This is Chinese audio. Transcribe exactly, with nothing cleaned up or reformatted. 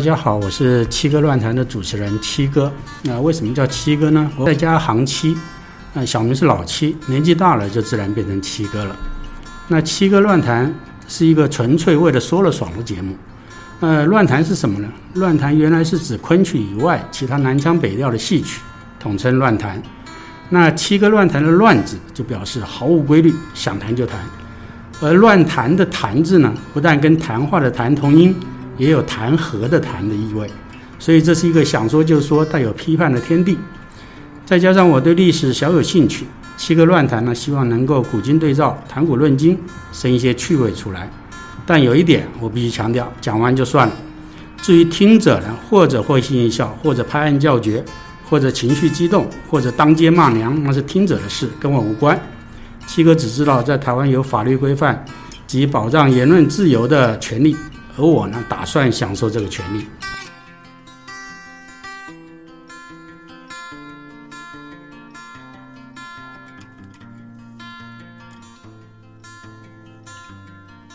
大家好，我是七哥乱谈的主持人七哥。那为什么叫七哥呢？我在家行七，那小名是老七，年纪大了就自然变成七哥了。那七哥乱谈是一个纯粹为了说了爽的节目。呃，乱弹是什么呢？乱弹原来是指昆曲以外其他南腔北调的戏曲，统称乱弹。那七哥乱弹的乱字就表示毫无规律，想弹就弹。而乱弹的弹字呢，不但跟谈话的谈同音，也有弹劾的弹的意味，所以这是一个想说就说，带有批判的天地。再加上我对历史小有兴趣，七哥乱弹呢，希望能够古今对照，谈古论今，生一些趣味出来。但有一点我必须强调，讲完就算了。至于听者呢，或者会心一笑，或者拍案叫绝，或者情绪激动，或者当街骂娘，那是听者的事，跟我无关。七哥只知道在台湾有法律规范及保障言论自由的权利，而我呢，打算享受这个权利。